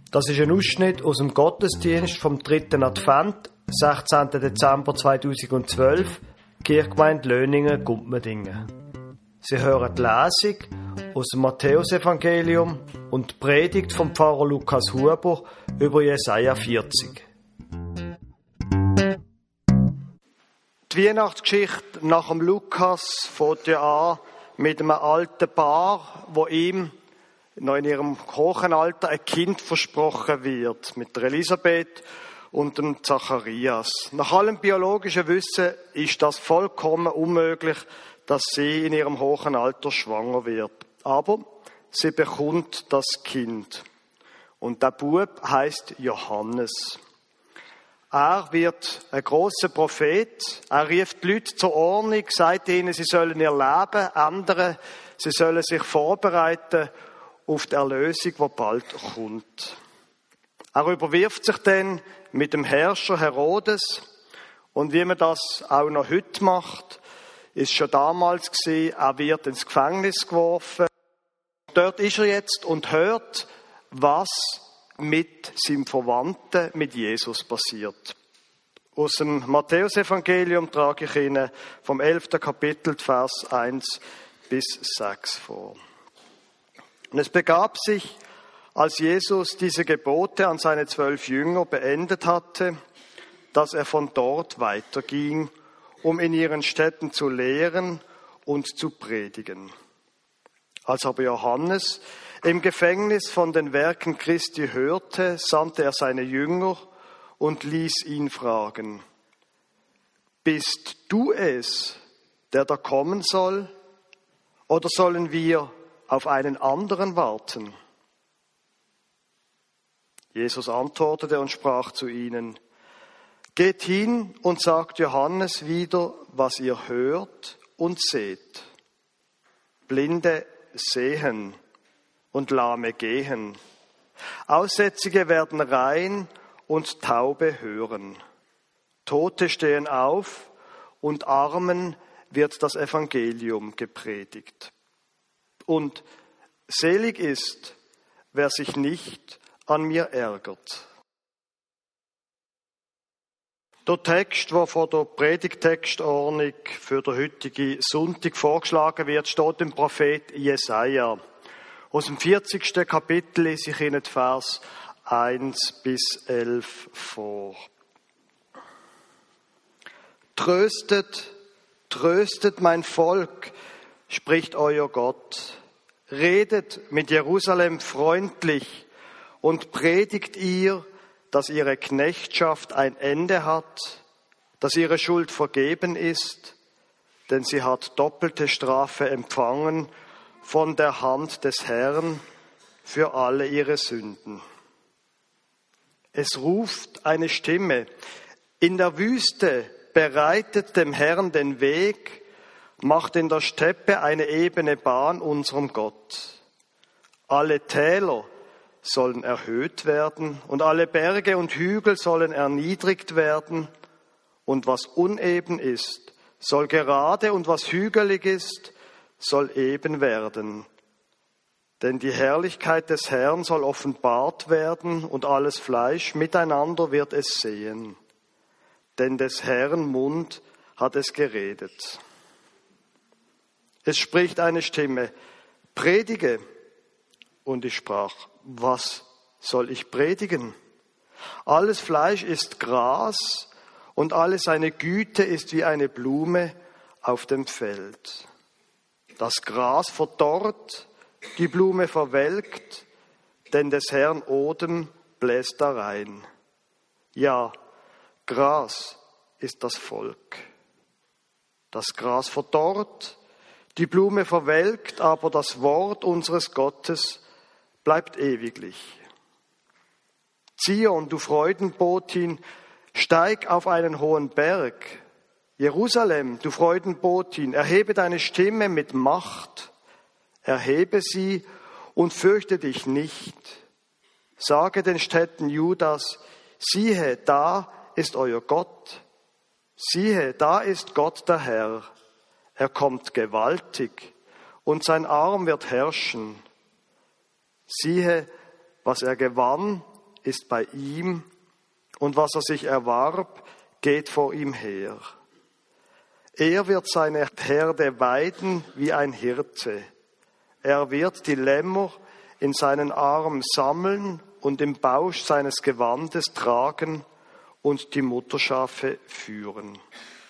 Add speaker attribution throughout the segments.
Speaker 1: Das ist ein Ausschnitt aus dem Gottesdienst vom 3. Advent, 16. Dezember 2012, Kirchgemeinde Löningen, Gumpmendingen. Sie hören die Lesung aus dem Matthäusevangelium und die Predigt vom Pfarrer Lukas Huber über Jesaja 40. Die Weihnachtsgeschichte nach dem Lukas fängt ja an mit einem alten Paar, wo ihm noch in ihrem hohen Alter ein Kind versprochen wird, mit der Elisabeth und dem Zacharias. Nach allem biologischen Wissen ist das vollkommen unmöglich, dass sie in ihrem hohen Alter schwanger wird. Aber sie bekommt das Kind. Und der Bub heißt Johannes. Er wird ein grosser Prophet. Er rief die Leute zur Ordnung, sagt ihnen, sie sollen ihr Leben ändern, sie sollen sich vorbereiten auf die Erlösung, die bald kommt. Er überwirft sich dann mit dem Herrscher Herodes. Und wie man das auch noch heute macht, ist schon damals gewesen, er wird ins Gefängnis geworfen. Dort ist er jetzt und hört, was mit seinem Verwandten, mit Jesus passiert. Aus dem Matthäusevangelium trage ich Ihnen vom 11. Kapitel, Vers 1 bis 6 vor. Und es begab sich, als Jesus diese Gebote an seine 12 Jünger beendet hatte, dass er von dort weiterging, um in ihren Städten zu lehren und zu predigen. Als aber Johannes im Gefängnis von den Werken Christi hörte, sandte er seine Jünger und ließ ihn fragen: Bist du es, der da kommen soll, oder sollen wir auf einen anderen warten? Jesus antwortete und sprach zu ihnen: Geht hin und sagt Johannes wieder, was ihr hört und seht. Blinde sehen und Lahme gehen. Aussätzige werden rein und Taube hören. Tote stehen auf und Armen wird das Evangelium gepredigt. Und selig ist, wer sich nicht an mir ärgert. Der Text, der von der Predigtextordnung für den heutigen Sonntag vorgeschlagen wird, steht im Prophet Jesaja. Aus dem 40. Kapitel lese ich Ihnen die Vers 1 bis 11 vor. Tröstet, tröstet mein Volk, spricht euer Gott. Redet mit Jerusalem freundlich und predigt ihr, dass ihre Knechtschaft ein Ende hat, dass ihre Schuld vergeben ist, denn sie hat doppelte Strafe empfangen von der Hand des Herrn für alle ihre Sünden. Es ruft eine Stimme: In der Wüste bereitet dem Herrn den Weg, macht in der Steppe eine ebene Bahn unserem Gott. Alle Täler sollen erhöht werden und alle Berge und Hügel sollen erniedrigt werden, und was uneben ist, soll gerade, und was hügelig ist, soll eben werden. Denn die Herrlichkeit des Herrn soll offenbart werden, und alles Fleisch miteinander wird es sehen. Denn des Herrn Mund hat es geredet. Es spricht eine Stimme: Predige. Und ich sprach: Was soll ich predigen? Alles Fleisch ist Gras, und alle seine Güte ist wie eine Blume auf dem Feld. Das Gras verdorrt, die Blume verwelkt, denn des Herrn Odem bläst darein. Ja, Gras ist das Volk. Das Gras verdorrt, die Blume verwelkt, aber das Wort unseres Gottes bleibt ewiglich. Zion, du Freudenbotin, steig auf einen hohen Berg. Jerusalem, du Freudenbotin, erhebe deine Stimme mit Macht, erhebe sie und fürchte dich nicht. Sage den Städten Judas: Siehe, da ist euer Gott. Siehe, da ist Gott der Herr. Er kommt gewaltig und sein Arm wird herrschen. Siehe, was er gewann, ist bei ihm, und was er sich erwarb, geht vor ihm her. Er wird seine Herde weiden wie ein Hirte. Er wird die Lämmer in seinen Arm sammeln und im Bausch seines Gewandes tragen und die Mutterschafe führen.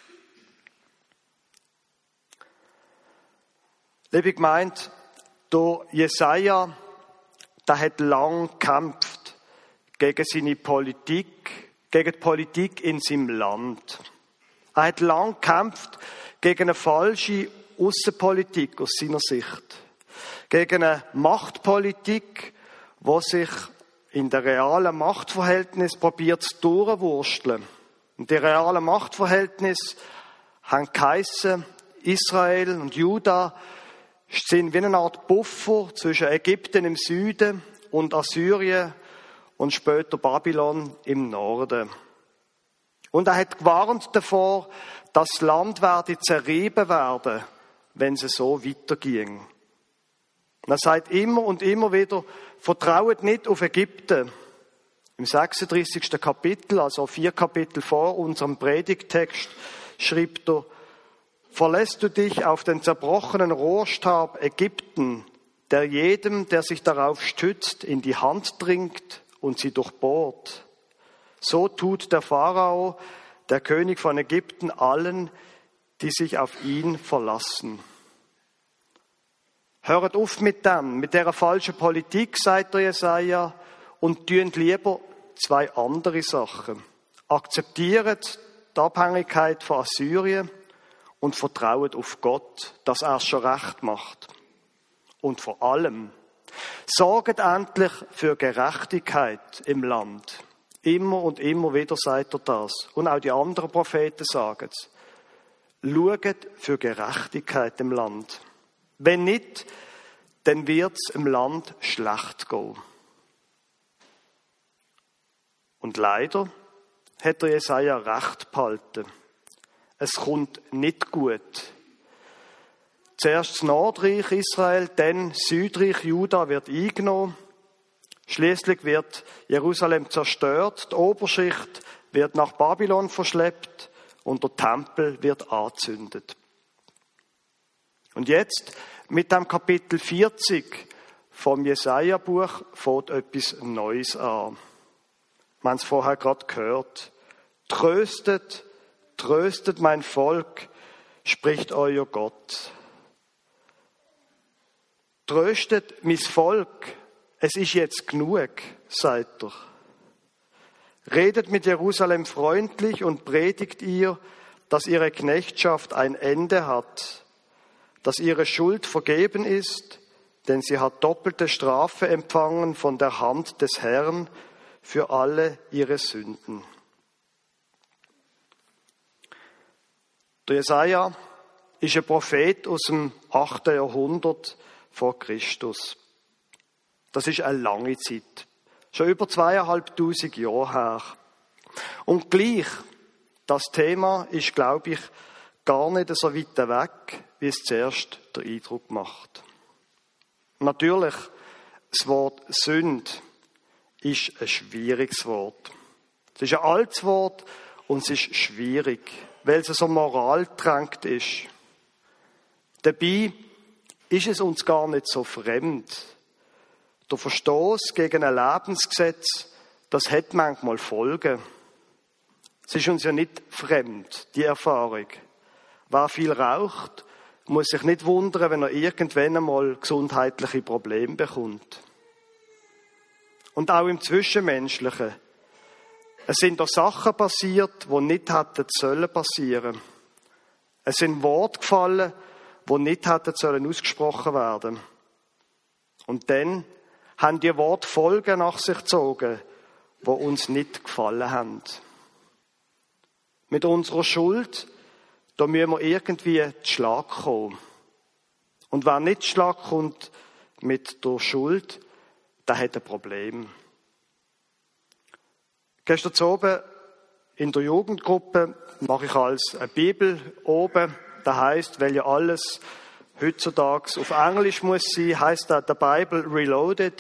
Speaker 1: Liebe Gemeinde, der Jesaja, der hat lang gekämpft gegen seine Politik, gegen die Politik in seinem Land. Er hat lang gekämpft gegen eine falsche Aussenpolitik aus seiner Sicht. Gegen eine Machtpolitik, die sich in der realen Machtverhältnis probiert zu durchwursteln. Und die realen Machtverhältnisse haben geheissen, Israel und Juda sind wie eine Art Buffer zwischen Ägypten im Süden und Assyrien und später Babylon im Norden. Und er hat gewarnt davor, dass das Land werde zerrieben werden, wenn es so weiterging. Und er sagt immer und immer wieder, vertraut nicht auf Ägypten. Im 36. Kapitel, also 4 Kapitel vor unserem Predigttext, schreibt er, verlässt du dich auf den zerbrochenen Rohrstab Ägypten, der jedem, der sich darauf stützt, in die Hand dringt und sie durchbohrt. So tut der Pharao, der König von Ägypten, allen, die sich auf ihn verlassen. Hört auf mit dieser falschen Politik, sagt der Jesaja, und tun lieber 2 andere Sachen. Akzeptiert die Abhängigkeit von Assyrien und vertraut auf Gott, dass er es schon recht macht. Und vor allem, sorgt endlich für Gerechtigkeit im Land. Immer und immer wieder sagt er das. Und auch die anderen Propheten sagen es. Schaut für Gerechtigkeit im Land. Wenn nicht, dann wird es im Land schlecht gehen. Und leider hat der Jesaja recht behalten. Es kommt nicht gut. Zuerst das Nordreich Israel, dann das Südreich Juda wird eingenommen. Schließlich wird Jerusalem zerstört, die Oberschicht wird nach Babylon verschleppt und der Tempel wird angezündet. Und jetzt, mit dem Kapitel 40 vom Jesaja-Buch, fängt etwas Neues an. Wir haben es vorher gerade gehört. Tröstet, tröstet mein Volk, spricht euer Gott. Tröstet mein Volk, es ist jetzt genug, sagt er. Redet mit Jerusalem freundlich und predigt ihr, dass ihre Knechtschaft ein Ende hat, dass ihre Schuld vergeben ist, denn sie hat doppelte Strafe empfangen von der Hand des Herrn für alle ihre Sünden. Der Jesaja ist ein Prophet aus dem 8. Jahrhundert vor Christus. Das ist eine lange Zeit. Schon über 2500 Jahre her. Und gleich, das Thema ist, glaube ich, gar nicht so weit weg, wie es zuerst den Eindruck macht. Natürlich, das Wort Sünde ist ein schwieriges Wort. Es ist ein altes Wort und es ist schwierig, weil es so moraltränkt ist. Dabei ist es uns gar nicht so fremd. Der Verstoß gegen ein Lebensgesetz, das hat manchmal Folgen. Es ist uns ja nicht fremd, die Erfahrung. Wer viel raucht, muss sich nicht wundern, wenn er irgendwann einmal gesundheitliche Probleme bekommt. Und auch im Zwischenmenschlichen. Es sind da Sachen passiert, die nicht hätten sollen passieren. Es sind Worte gefallen, die nicht hätten sollen ausgesprochen werden. Und dann haben die Worte Folgen nach sich gezogen, die uns nicht gefallen haben. Mit unserer Schuld, da müssen wir irgendwie zu Schlag kommen. Und wer nicht zu Schlag kommt mit der Schuld, der hat ein Problem. Gestern Abend in der Jugendgruppe mache ich als eine Bibel oben. Das heisst, weil ja alles heutzutage auf Englisch muss sein, heisst das der Bible Reloaded.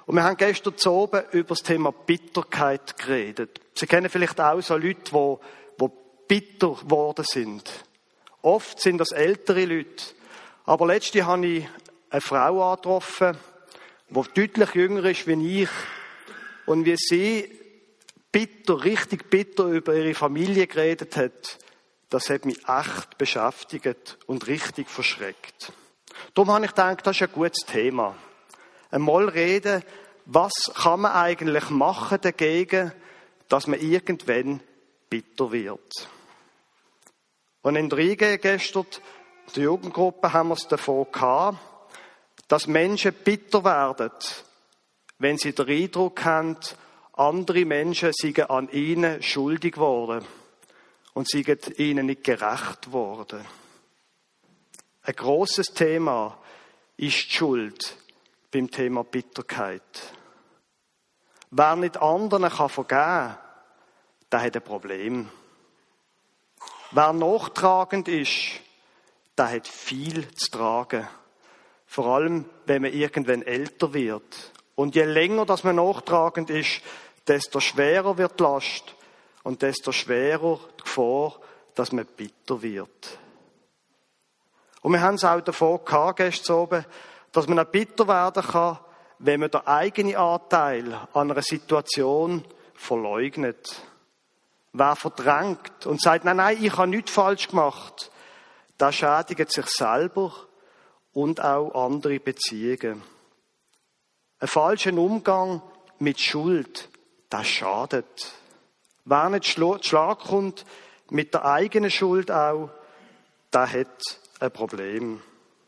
Speaker 1: Und wir haben gestern zu oben über das Thema Bitterkeit geredet. Sie kennen vielleicht auch so Leute, die bitter geworden sind. Oft sind das ältere Leute. Aber letztens habe ich eine Frau angetroffen, die deutlich jünger ist wie ich. Und wie sie richtig bitter über ihre Familie geredet hat, das hat mich echt beschäftigt und richtig verschreckt. Darum habe ich gedacht, das ist ein gutes Thema. Einmal reden, was kann man eigentlich machen dagegen, dass man irgendwann bitter wird. Und in der Riege gestern, in der Jugendgruppe, haben wir es davon gehabt, dass Menschen bitter werden, wenn sie den Eindruck haben, andere Menschen seien an ihnen schuldig geworden und seien ihnen nicht gerecht worden. Ein grosses Thema ist die Schuld beim Thema Bitterkeit. Wer nicht anderen vergeben kann, der hat ein Problem. Wer nachtragend ist, der hat viel zu tragen. Vor allem, wenn man irgendwann älter wird. Und je länger dass man nachtragend ist, desto schwerer wird die Last und desto schwerer die Gefahr, dass man bitter wird. Und wir haben es auch davon gehabt, gestern oben, dass man auch bitter werden kann, wenn man den eigenen Anteil an einer Situation verleugnet. Wer verdrängt und sagt, nein, ich habe nichts falsch gemacht, der schädigt sich selber und auch andere Beziehungen. Ein falscher Umgang mit Schuld, das schadet. Wer nicht Schlag kommt mit der eigenen Schuld auch, der hat ein Problem.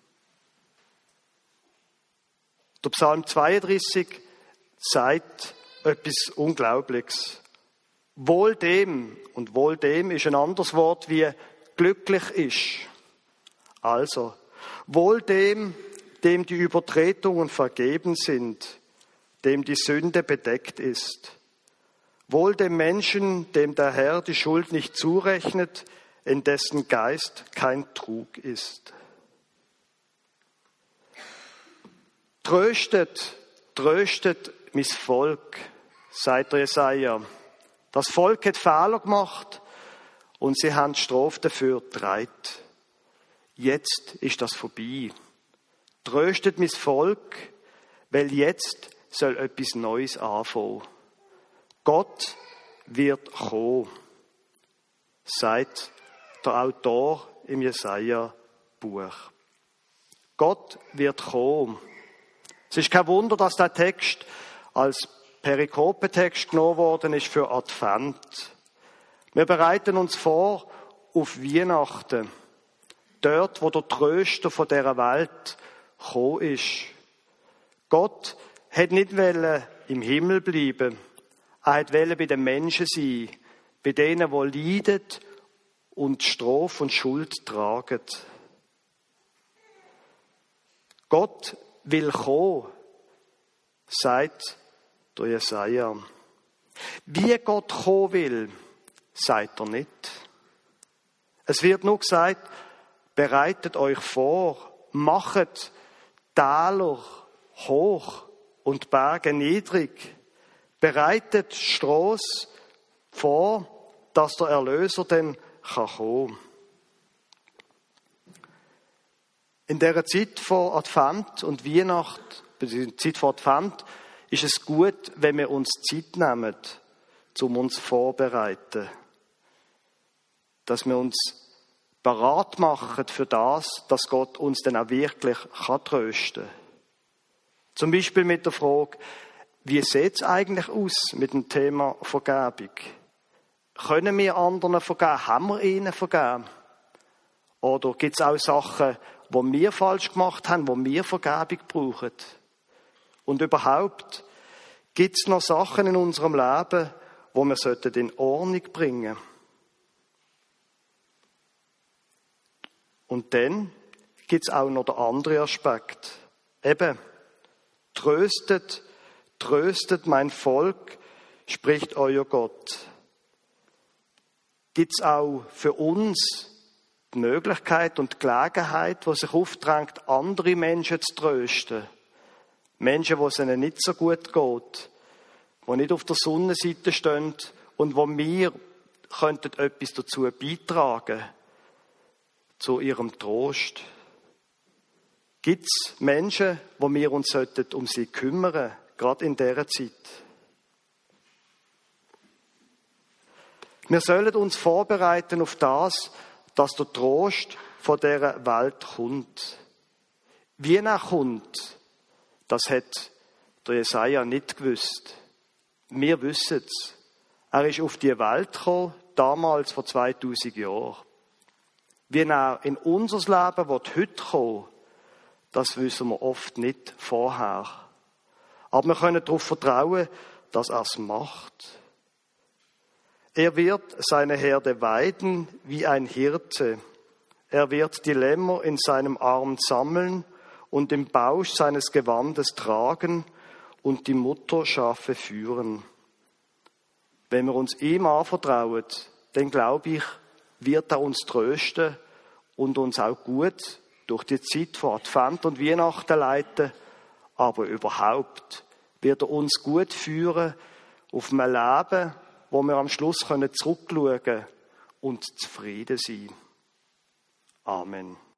Speaker 1: Der Psalm 32 sagt etwas Unglaubliches. Wohl dem, und wohl dem ist ein anderes Wort wie glücklich ist. Also, wohl dem, dem die Übertretungen vergeben sind, dem die Sünde bedeckt ist. Wohl dem Menschen, dem der Herr die Schuld nicht zurechnet, in dessen Geist kein Trug ist. Tröstet, tröstet mein Volk, sagt der Jesaja. Das Volk hat Fehler gemacht und sie haben die Strafe dafür getragen. Jetzt ist das vorbei. Tröstet mein Volk, weil jetzt soll etwas Neues anfangen. Gott wird kommen, sagt der Autor im Jesaja-Buch. Gott wird kommen. Es ist kein Wunder, dass der Text als Perikope-Text genommen worden ist für Advent. Wir bereiten uns vor auf Weihnachten. Dort, wo der Tröster von dieser Welt gekommen ist. Gott hat nicht im Himmel bleiben. Er wollte bei den Menschen sein. Bei denen, die leiden und Strafe und Schuld tragen. Gott will kommen, sagt der Jesaja. Wie Gott kommen will, sagt er nicht. Es wird nur gesagt, bereitet euch vor, machet Täler hoch und Berge niedrig. Bereitet Strasse vor, dass der Erlöser dann kommen kann. In dieser Zeit vor Advent und Weihnacht, in der Zeit vor Advent, ist es gut, wenn wir uns Zeit nehmen, um uns vorzubereiten. Dass wir uns parat machen für das, dass Gott uns dann auch wirklich trösten kann. Zum Beispiel mit der Frage, wie sieht es eigentlich aus mit dem Thema Vergebung? Können wir anderen vergeben? Haben wir ihnen vergeben? Oder gibt es auch Sachen, die wir falsch gemacht haben, wo wir Vergebung brauchen? Und überhaupt, gibt es noch Sachen in unserem Leben, die wir in Ordnung bringen sollten? Und dann gibt es auch noch den anderen Aspekt. Eben, tröstet mein Volk, spricht euer Gott. Gibt es auch für uns die Möglichkeit und die Gelegenheit, die sich aufdrängt, andere Menschen zu trösten? Menschen, wo es ihnen nicht so gut geht, die nicht auf der Sonnenseite stehen und wo wir könnten etwas dazu beitragen, zu ihrem Trost. Gibt es Menschen, wo wir uns um sie kümmern sollten, gerade in dieser Zeit? Wir sollen uns vorbereiten auf das, dass der Trost von dieser Welt kommt. Wie er kommt, das hat der Jesaja nicht gewusst. Wir wissen es. Er ist auf die Welt gekommen, damals vor 2000 Jahren. Wie er in unser Leben heute kommen, das wissen wir oft nicht vorher. Aber wir können darauf vertrauen, dass er es macht. Er wird seine Herde weiden wie ein Hirte. Er wird die Lämmer in seinem Arm sammeln und im Bausch seines Gewandes tragen und die Mutterschafe führen. Wenn wir uns ihm anvertrauen, dann glaube ich, wird er uns trösten und uns auch gut durch die Zeit von Advent und Weihnachten leiten, aber überhaupt wird er uns gut führen auf ein Leben, wo wir am Schluss zurückschauen können und zufrieden sein. Amen.